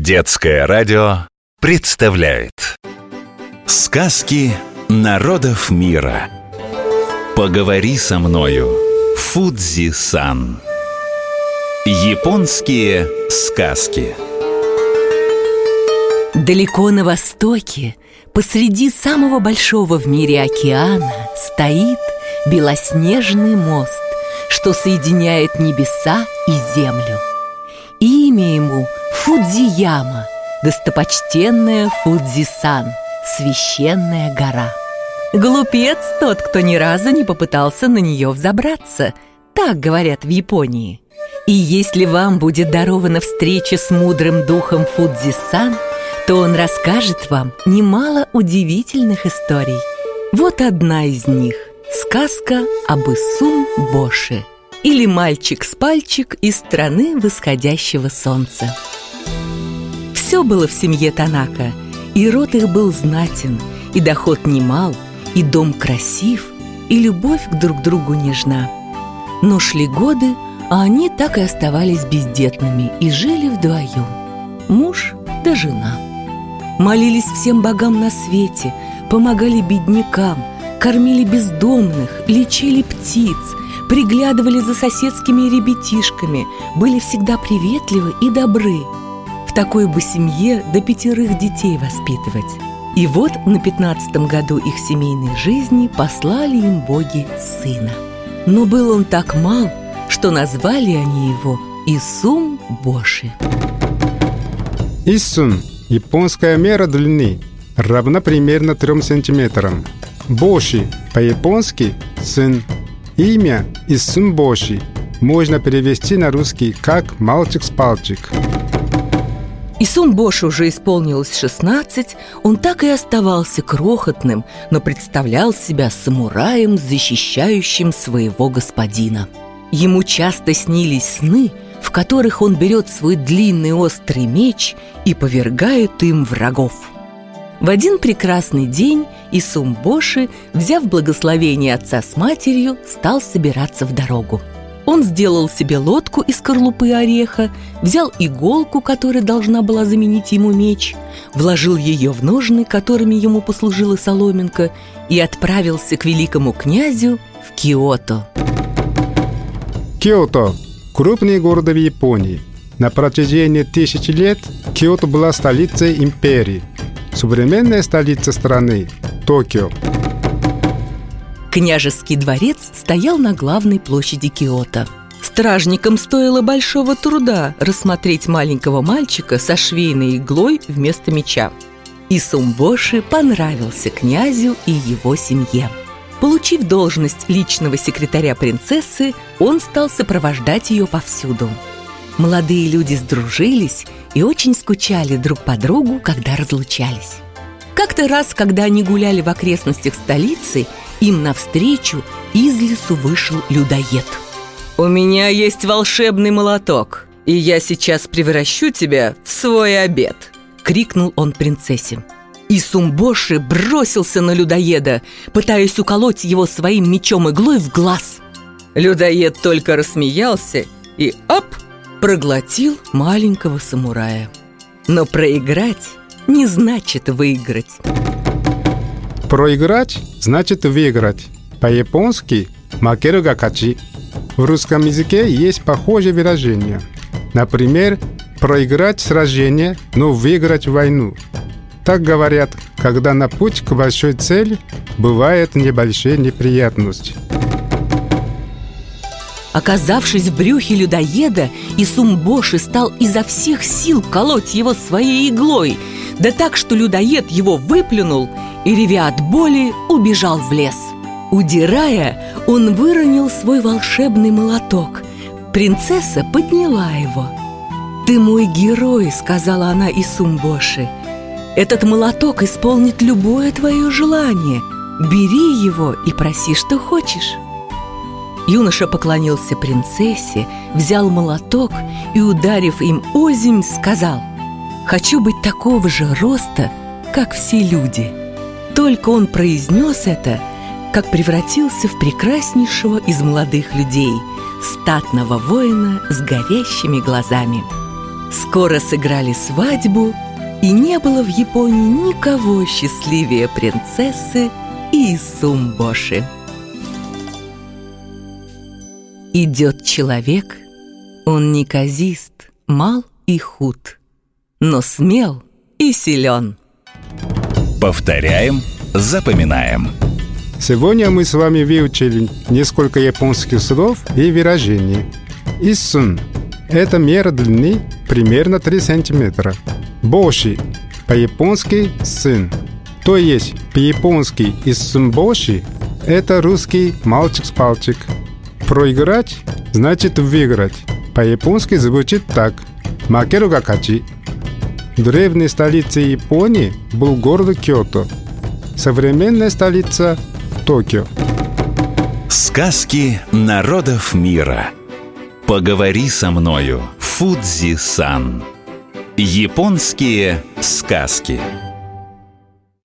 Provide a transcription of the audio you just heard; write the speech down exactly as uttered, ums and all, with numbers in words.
Детское радио представляет сказки народов мира. Поговори со мною, Фудзи-сан. Японские сказки. Далеко на востоке, посреди самого большого в мире океана, стоит белоснежный мост, что соединяет небеса и землю. Имя ему Фудзияма, достопочтенная Фудзи-сан, священная гора. Глупец тот, кто ни разу не попытался на нее взобраться, так говорят в Японии. И если вам будет дарована встреча с мудрым духом Фудзи-сан, то он расскажет вам немало удивительных историй. Вот одна из них – сказка об Исун-боши, или «Мальчик-с-пальчик» из страны восходящего солнца. Все было в семье Танака, и род их был знатен, и доход немал, и дом красив, и любовь к друг другу нежна. Но шли годы, а они так и оставались бездетными и жили вдвоем, муж да жена. Молились всем богам на свете, помогали беднякам, кормили бездомных, лечили птиц, приглядывали за соседскими ребятишками, были всегда приветливы и добры. В такой бы семье до пятерых детей воспитывать. И вот на пятнадцатом году их семейной жизни послали им боги сына. Но был он так мал, что назвали они его Исун-боши. Исун – японская мера длины, равна примерно трем сантиметрам. Боши по-японски – сын. Имя Исун-боши можно перевести на русский как «мальчик-с-пальчик». Исун-боши уже исполнилось шестнадцать, он так и оставался крохотным, но представлял себя самураем, защищающим своего господина. Ему часто снились сны, в которых он берет свой длинный острый меч и повергает им врагов. В один прекрасный день Исун-боши, взяв благословение отца с матерью, стал собираться в дорогу. Он сделал себе лодку из скорлупы ореха, взял иголку, которая должна была заменить ему меч, вложил ее в ножны, которыми ему послужила соломинка, и отправился к великому князю в Киото. Киото – крупный город в Японии. На протяжении тысячи лет Киото была столицей империи. Современная столица страны – Токио. Княжеский дворец стоял на главной площади Киото. Стражникам стоило большого труда рассмотреть маленького мальчика со швейной иглой вместо меча. Исун-боши понравился князю и его семье. Получив должность личного секретаря принцессы, он стал сопровождать ее повсюду. Молодые люди сдружились и очень скучали друг по другу, когда разлучались. Как-то раз, когда они гуляли в окрестностях столицы, им навстречу из лесу вышел людоед. «У меня есть волшебный молоток, и я сейчас превращу тебя в свой обед!» — крикнул он принцессе. Исун-боши бросился на людоеда, пытаясь уколоть его своим мечом-иглой в глаз. Людоед только рассмеялся и, оп, проглотил маленького самурая. Но проиграть не значит выиграть. Проиграть значит выиграть. По-японски «макеру га качи». В русском языке есть похожее выражение. Например, проиграть сражение, но выиграть войну. Так говорят, когда на путь к большой цели бывают небольшие неприятности. Оказавшись в брюхе людоеда, Исун-боши стал изо всех сил колоть его своей иглой, да так, что людоед его выплюнул и, ревя от боли, убежал в лес. Удирая, он выронил свой волшебный молоток. Принцесса подняла его. «Ты мой герой», — сказала она Исун-боши. «Этот молоток исполнит любое твое желание. Бери его и проси, что хочешь». Юноша поклонился принцессе, взял молоток и, ударив им озимь, сказал: «Хочу быть такого же роста, как все люди». Только он произнес это, как превратился в прекраснейшего из молодых людей, статного воина с горящими глазами. Скоро сыграли свадьбу, и не было в Японии никого счастливее принцессы Исумбоши. Идет человек, он неказист, мал и худ, но смел и силен. Повторяем, запоминаем. Сегодня мы с вами выучили несколько японских слов и выражений. Иссун – это мера длины примерно три сантиметра. Боши – по-японски сын. То есть по-японски иссунбоши – это русский мальчик с пальчик. Проиграть – значит выиграть. По-японски звучит так – макеру га качи. Древней столицей Японии был город Киото. Современная столица – Токио. Сказки народов мира. Поговори со мною, Фудзи-сан. Японские сказки.